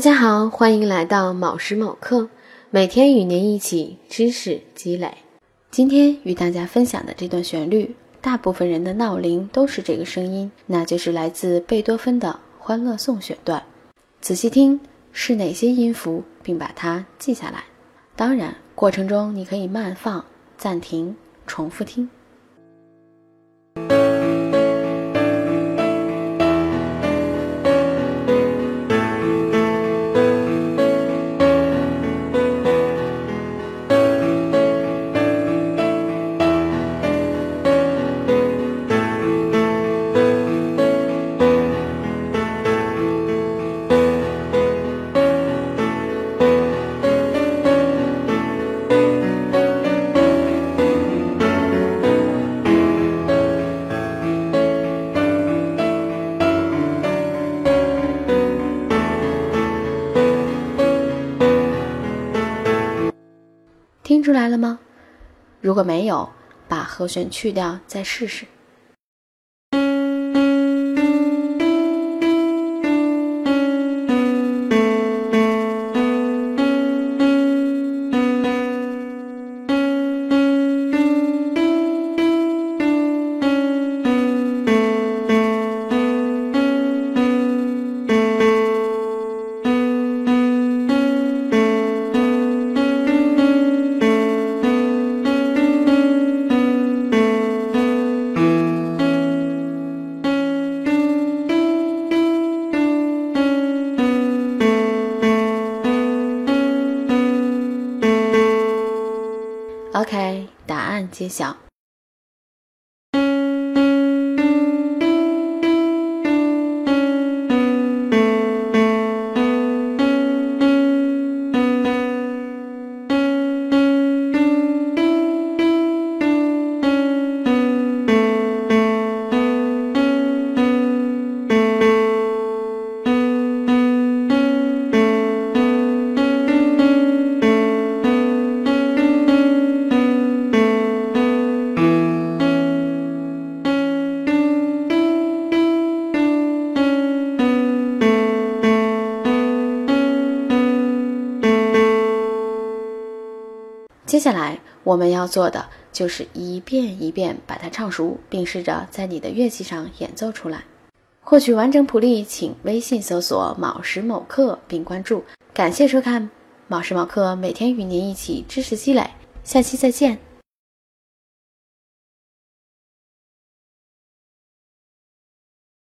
家好，欢迎来到卯时卯刻，每天与您一起知识积累。今天与大家分享的这段旋律，大部分人的闹铃都是这个声音，那就是来自贝多芬的《欢乐颂》选段。仔细听是哪些音符，并把它记下来。当然，过程中你可以慢放、暂停、重复听。听出来了吗？如果没有，把和弦去掉再试试。OK， 答案揭晓。接下来我们要做的就是一遍一遍把它唱熟，并试着在你的乐器上演奏出来。获取完整谱例，请微信搜索卯时卯刻并关注。感谢收看卯时卯刻，每天与您一起知识积累，下期再见。